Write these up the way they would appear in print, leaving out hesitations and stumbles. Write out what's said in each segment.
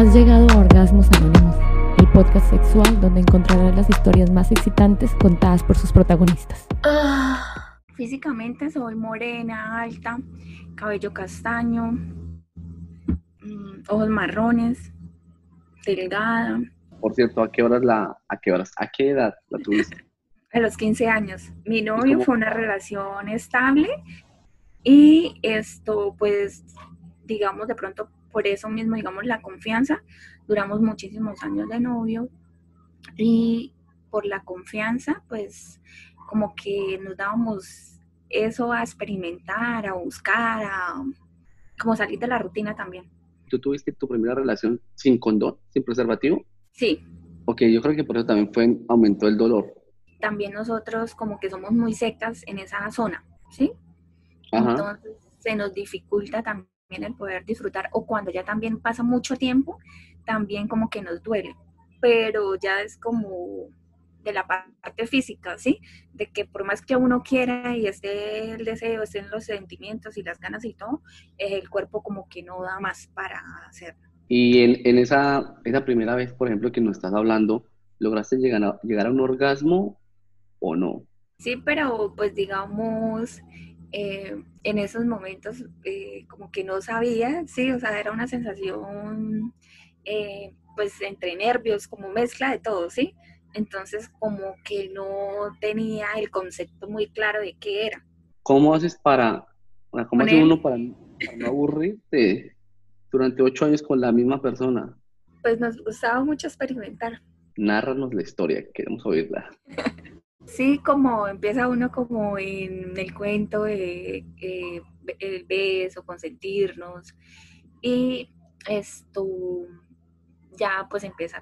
Has llegado a Orgasmos Anónimos, el podcast sexual donde encontrarás las historias más excitantes contadas por sus protagonistas. Físicamente soy morena, alta, cabello castaño, ojos marrones, delgada. Por cierto, ¿a qué edad la tuviste? A los 15 años. Mi ¿Y novio cómo? fue una relación estable y esto, pues, digamos, de pronto por eso mismo, digamos, la confianza. Duramos muchísimos años de novio y por la confianza, pues, como que nos dábamos eso a experimentar, a buscar, a como salir de la rutina también. ¿Tú tuviste tu primera relación sin condón, sin preservativo? Sí, Ok, yo creo que por eso también aumentó el dolor. también nosotros como que somos muy secas en esa zona, ¿sí? Ajá. Entonces se nos dificulta también el poder disfrutar, o cuando ya también pasa mucho tiempo, también como que nos duele, pero ya es como de la parte física, ¿sí? De que por más que uno quiera y esté el deseo, estén los sentimientos y las ganas y todo, el cuerpo como que no da más para hacerlo. Y en esa primera vez, por ejemplo, que nos estás hablando, ¿lograste llegar a un orgasmo o no? Sí, pero pues digamos, en esos momentos como que no sabía, sí, o sea, era una sensación pues entre nervios, como mezcla de todo, ¿sí? Entonces como que no tenía el concepto muy claro de qué era. ¿Cómo haces cómo Con hace él, uno para no aburrirte durante 8 años con la misma persona? pues nos gustaba mucho experimentar. Nárranos la historia, queremos oírla. Sí, como empieza uno como en el cuento de el beso, consentirnos y esto ya pues empieza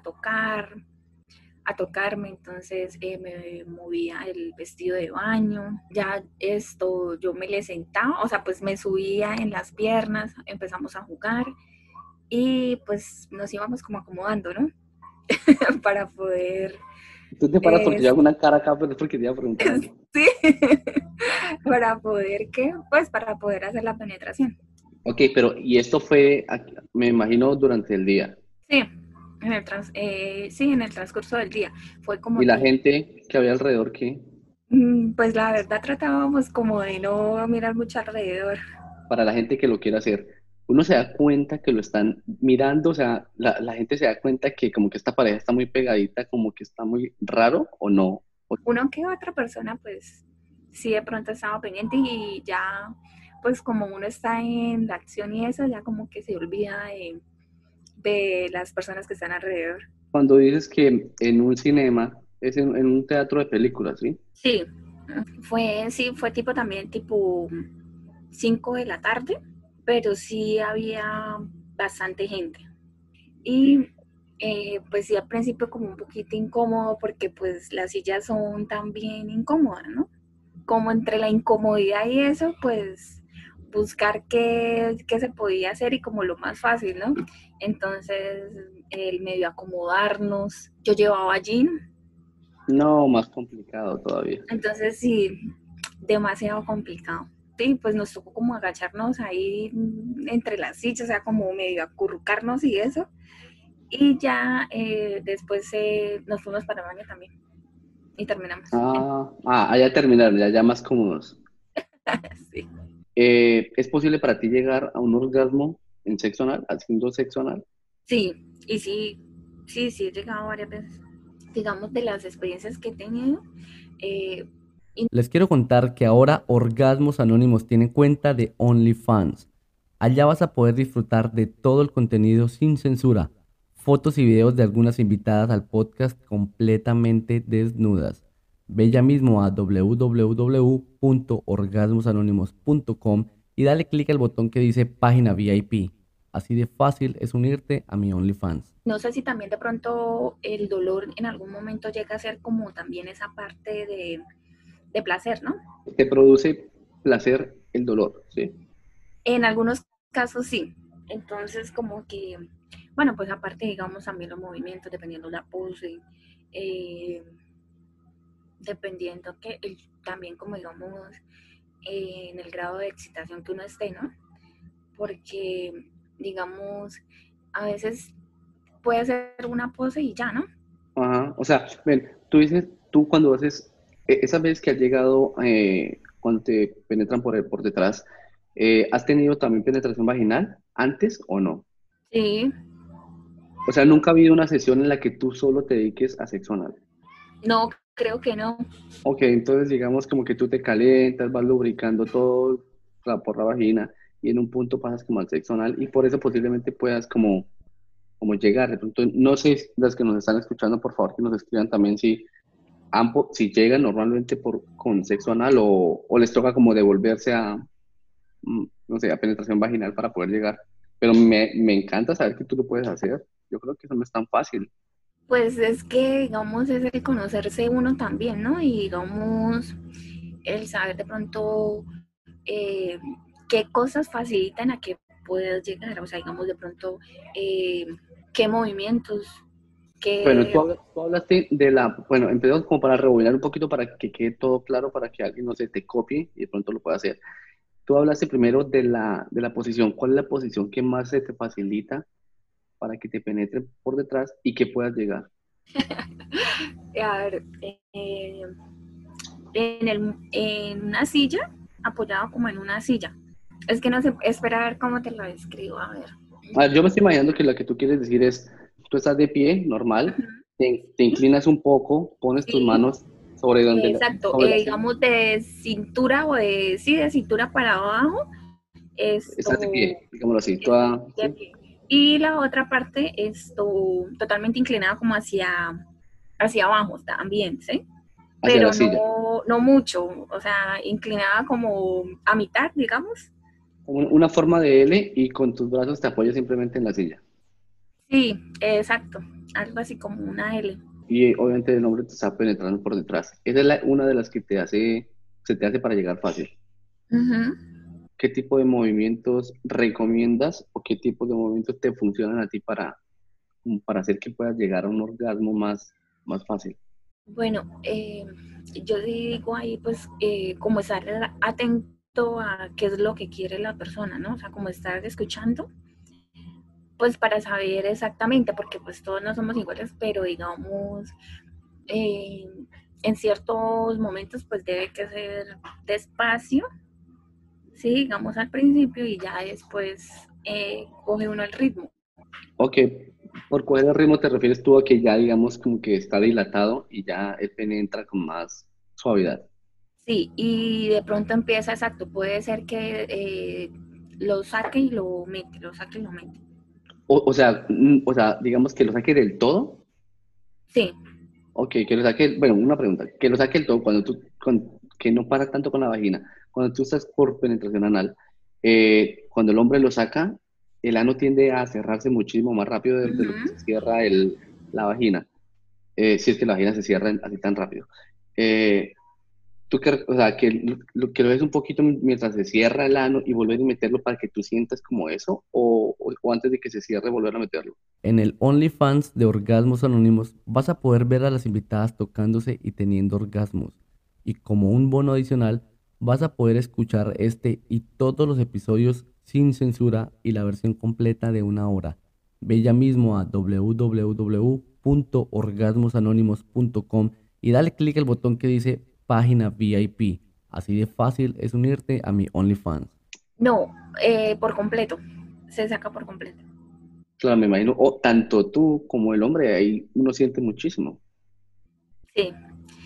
a tocarme, entonces me movía el vestido de baño, ya esto yo me le sentaba, o sea pues me subía en las piernas, empezamos a jugar y pues nos íbamos como acomodando, ¿no? Para poder Tú te paras porque yo hago una cara acá, pero es porque te iba preguntando. sí, para poder, ¿qué? Pues para poder hacer la penetración. Ok, pero y esto fue, me imagino, durante el día. Sí, sí, en el transcurso del día. Fue Y como la tipo, gente que había alrededor, ¿qué? pues la verdad tratábamos como de no mirar mucho alrededor. Para la gente que lo quiera hacer, uno se da cuenta que lo están mirando, o sea, la gente se da cuenta que como que esta pareja está muy pegadita, como que está muy raro o no. Uno que otra persona, pues sí de pronto estaba pendiente y ya, pues como uno está en la acción y eso, ya como que se olvida de las personas que están alrededor. Cuando dices que en un cinema, es en un teatro de películas, ¿sí? Sí, fue tipo también tipo 5 de la tarde, pero sí había bastante gente. Y pues sí al principio como un poquito incómodo porque pues las sillas son también incómodas, ¿no? Como entre la incomodidad y eso, pues buscar qué se podía hacer y como lo más fácil, ¿no? Entonces, el medio acomodarnos, yo llevaba jean, No, más complicado todavía. entonces sí, demasiado complicado. Sí, pues nos tocó como agacharnos ahí entre las sillas, o sea, como medio acurrucarnos y eso. Y ya después nos fuimos para el baño también y terminamos. Ya terminaron, ya más cómodos. Sí. ¿Es posible para ti llegar a un orgasmo en sexo anal, haciendo sexo anal? Sí, y sí, he llegado varias veces. Digamos, de las experiencias que he tenido, eh, Les quiero contar que ahora Orgasmos Anónimos tiene cuenta de OnlyFans. Allá vas a poder disfrutar de todo el contenido sin censura, fotos y videos de algunas invitadas al podcast completamente desnudas. Ve ya mismo a www.orgasmosanónimos.com y dale clic al botón que dice página VIP. Así de fácil es unirte a mi OnlyFans. no sé si también de pronto el dolor en algún momento llega a ser como también esa parte de placer, ¿no? Te produce placer el dolor, ¿sí? En algunos casos sí. Entonces, como que, bueno, pues aparte, digamos, también los movimientos, dependiendo la pose, eh, dependiendo que también, como digamos, en el grado de excitación que uno esté, ¿no? Porque, digamos, a veces puede hacer una pose y ya, ¿no? Ajá, o sea, ven, tú cuando haces, esa vez que has llegado, cuando te penetran por detrás, ¿has tenido también penetración vaginal antes o no? Sí, O sea, nunca ha habido una sesión en la que tú solo te dediques a sexo anal. no, creo que no. Ok, entonces digamos como que tú te calientas, vas lubricando todo por la vagina y en un punto pasas como al sexo anal y por eso posiblemente puedas como llegar. De pronto, no sé, las que nos están escuchando, por favor, que nos escriban también si llegan normalmente con sexo anal o les toca como devolverse a, no sé, a penetración vaginal para poder llegar. Pero me encanta saber que tú lo puedes hacer. Yo creo que eso no es tan fácil. Pues es que, digamos, es el conocerse uno también, ¿no? Y digamos, el saber de pronto eh, qué cosas facilitan a que puedas llegar, o sea, digamos, de pronto, eh, qué movimientos, Bueno, qué... tú hablaste bueno, empezamos como para rebobinar un poquito para que quede todo claro, para que alguien no se te copie y de pronto lo pueda hacer. Tú hablaste primero de la posición. ¿Cuál es la posición que más se te facilita para que te penetren por detrás y que puedas llegar? A ver, en una silla, apoyado como en una silla. Es que no sé, espera a ver cómo te lo describo, a ver. A ver, yo me estoy imaginando que lo que tú quieres decir es, tú estás de pie, normal, te inclinas un poco, pones tus Sí, manos sobre exacto, sobre la silla, digamos de cintura o de, sí, de cintura para abajo, estás de esto, pie, digámoslo así, de ¿sí? pie. Y la otra parte, totalmente inclinada como hacia abajo también, ¿sí? Hacia la Pero silla. no mucho, o sea, inclinada como a mitad, digamos. Como una forma de L y con tus brazos te apoyas simplemente en la silla. Sí, exacto, algo así como una L. Y obviamente el hombre te está penetrando por detrás. Esa es una de las que se te hace para llegar fácil. Ujú. ¿Qué tipo de movimientos recomiendas o qué tipo de movimientos te funcionan a ti para hacer que puedas llegar a un orgasmo más fácil? Bueno, yo digo ahí, pues, como estar atento a qué es lo que quiere la persona, ¿no? O sea, como estar escuchando, pues, para saber exactamente, porque pues todos no somos iguales, pero digamos, eh, en ciertos momentos, pues, debe que ser despacio, sí, digamos al principio y ya después coge uno el ritmo. Ok, por coger el ritmo te refieres tú a que ya digamos como que está dilatado y ya el pene entra con más suavidad. Sí, y de pronto empieza, exacto, puede ser que lo saque y lo mete, lo saque y lo mete. O sea, digamos que lo saque del todo. Sí, Ok, que lo saque, bueno, una pregunta, que lo saque del todo que no para tanto con la vagina. Cuando tú estás por penetración anal, cuando el hombre lo saca, el ano tiende a cerrarse muchísimo más rápido de lo que se ujú. cierra la vagina, si es que la vagina se cierra así tan rápido. Eh, o sea, que lo ves un poquito mientras se cierra el ano y volver a meterlo para que tú sientas como eso, o antes de que se cierre volver a meterlo. En el OnlyFans de Orgasmos Anónimos vas a poder ver a las invitadas tocándose y teniendo orgasmos. Y como un bono adicional, vas a poder escuchar este y todos los episodios sin censura y la versión completa de 1 hora. Ve ya mismo a www.orgasmosanónimos.com y dale clic al botón que dice página VIP. Así de fácil es unirte a mi OnlyFans. No, por completo, se saca por completo. Claro, me imagino, o tanto tú como el hombre, ahí uno siente muchísimo. Sí,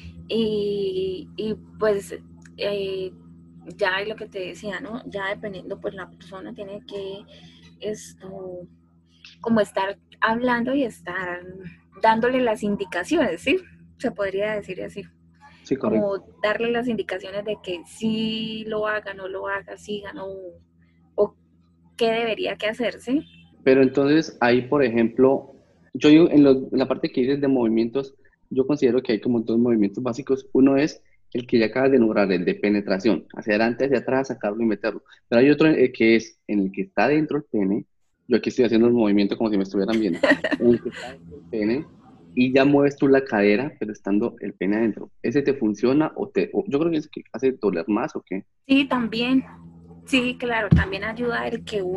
y pues eh, ya es lo que te decía, ¿no? Ya dependiendo, pues la persona tiene que esto, como estar hablando y estar dándole las indicaciones, ¿sí? Se podría decir así. Sí, Como correcto. darle las indicaciones de que sí lo haga, no lo haga, siga, no, o qué debería que hacerse. Pero entonces ahí, por ejemplo, yo digo, en la parte que dices de movimientos, yo considero que hay como dos movimientos básicos. Uno es el que ya acabas de nombrar, el de penetración, hacia adelante, hacia atrás, sacarlo y meterlo. Pero hay otro que es en el que está dentro el pene. Yo aquí estoy haciendo un movimiento como si me estuvieran viendo. En el que está dentro el pene y ya mueves tú la cadera, pero estando el pene adentro. ¿Ese te funciona yo creo que es que hace doler más o qué? Sí, también, Sí, claro, también ayuda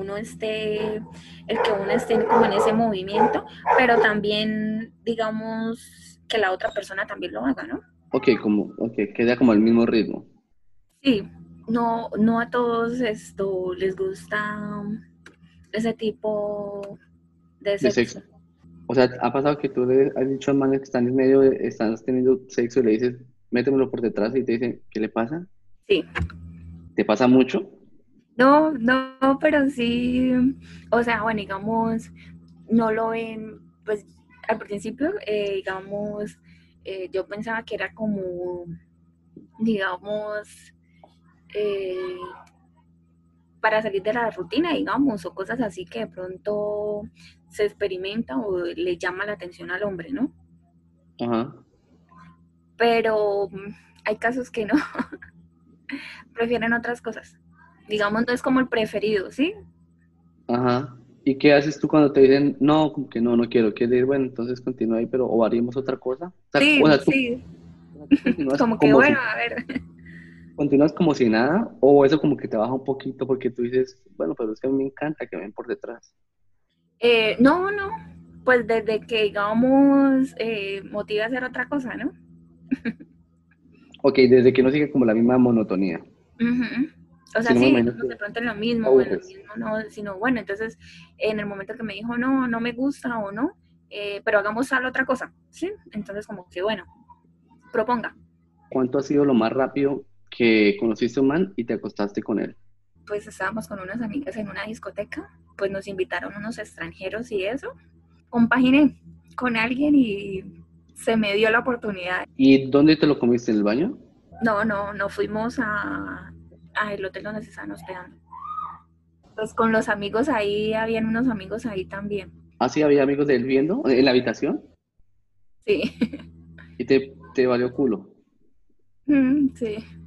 el que uno esté como en ese movimiento, pero también, digamos, que la otra persona también lo haga, ¿no? Ok, queda como el mismo ritmo Sí, no a todos esto les gusta ese tipo de de sexo. sexo. O sea, ¿ha pasado que tú le has dicho a manes que están en medio, están teniendo sexo y le dices, métemelo por detrás y te dicen, ¿qué le pasa? Sí, ¿Te pasa mucho? no, pero sí, o sea, bueno, digamos, no lo ven, pues al principio, digamos, yo pensaba que era como, digamos, eh, para salir de la rutina, digamos, o cosas así que de pronto se experimenta o le llama la atención al hombre, ¿no? Ajá, Pero hay casos que no, prefieren otras cosas. Digamos, no es como el preferido, ¿sí? ajá. ¿Y qué haces tú cuando te dicen, no, como que no quiero, quieres decir, bueno, entonces continúa ahí, pero o haríamos otra cosa? Sí, Tú, sí, tú continúas como que como bueno, si, a ver. continúas como si nada, o eso como que te baja un poquito porque tú dices, bueno, pero es que a mí me encanta que me ven por detrás. No, pues desde que, digamos, motiva a hacer otra cosa, ¿no? Ok, desde que no siga como la misma monotonía. Ujú. O Si sea, no me sí, imagino digamos de que pronto te en lo aburres. mismo no, sino bueno, entonces en el momento que me dijo no me gusta o no, pero hagamos tal otra cosa, ¿sí? Entonces como que bueno, proponga. ¿Cuánto ha sido lo más rápido que conociste a un man y te acostaste con él? Pues estábamos con unas amigas en una discoteca, pues nos invitaron unos extranjeros y eso. Compaginé con alguien y se me dio la oportunidad. ¿Y dónde te lo comiste? ¿En el baño? No fuimos a el hotel donde se estaban hospedando. Pues con los amigos ahí, habían unos amigos ahí también. ¿Ah, sí había amigos de él viendo en la habitación? Sí, ¿Y te valió culo? sí.